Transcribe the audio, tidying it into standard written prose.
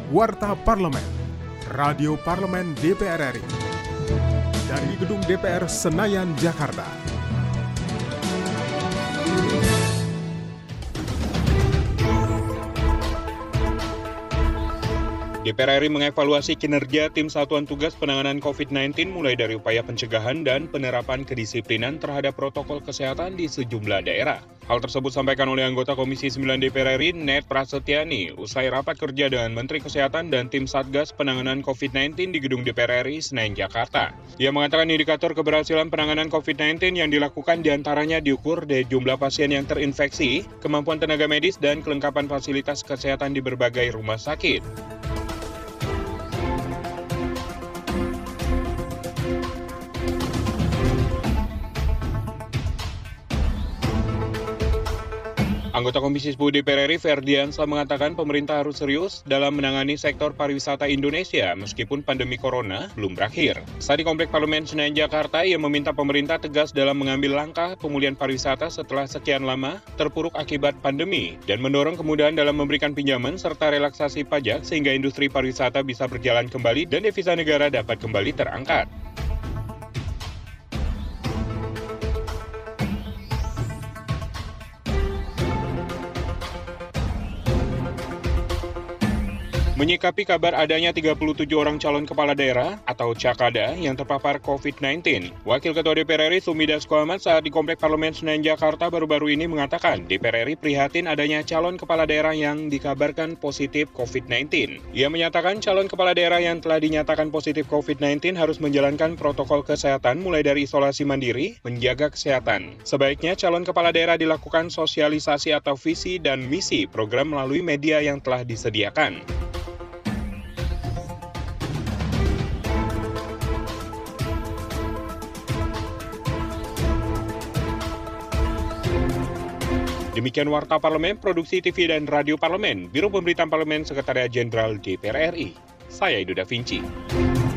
Warta Parlemen, Radio Parlemen DPR RI. Dari Gedung DPR Senayan, Jakarta. DPR RI mengevaluasi kinerja Tim Satuan Tugas Penanganan COVID-19 mulai dari upaya pencegahan dan penerapan kedisiplinan terhadap protokol kesehatan di sejumlah daerah. Hal tersebut disampaikan oleh anggota Komisi 9 DPR RI, Net Prasetyani, usai rapat kerja dengan Menteri Kesehatan dan Tim Satgas Penanganan COVID-19 di Gedung DPR RI, Senayan, Jakarta. Ia mengatakan indikator keberhasilan penanganan COVID-19 yang dilakukan diantaranya diukur dari jumlah pasien yang terinfeksi, kemampuan tenaga medis, dan kelengkapan fasilitas kesehatan di berbagai rumah sakit. Anggota Komisi 10 DPR RI, Ferdiansyah, mengatakan pemerintah harus serius dalam menangani sektor pariwisata Indonesia meskipun pandemi corona belum berakhir. Saat di Komplek Parlemen Senayan, Jakarta, ia meminta pemerintah tegas dalam mengambil langkah pemulihan pariwisata setelah sekian lama terpuruk akibat pandemi dan mendorong kemudahan dalam memberikan pinjaman serta relaksasi pajak sehingga industri pariwisata bisa berjalan kembali dan devisa negara dapat kembali terangkat. Menyikapi kabar adanya 37 orang calon kepala daerah atau Cakada yang terpapar COVID-19, Wakil Ketua DPR RI Sumi Dasko Ahmad saat di Komplek Parlemen Senayan, Jakarta baru-baru ini mengatakan DPR RI prihatin adanya calon kepala daerah yang dikabarkan positif COVID-19. Ia menyatakan calon kepala daerah yang telah dinyatakan positif COVID-19 harus menjalankan protokol kesehatan mulai dari isolasi mandiri, menjaga kesehatan. Sebaiknya calon kepala daerah dilakukan sosialisasi atau visi dan misi program melalui media yang telah disediakan. Demikian Warta Parlemen, Produksi TV dan Radio Parlemen, Biro Pemberitaan Parlemen, Sekretariat Jenderal DPR RI. Saya Edo Da Vinci.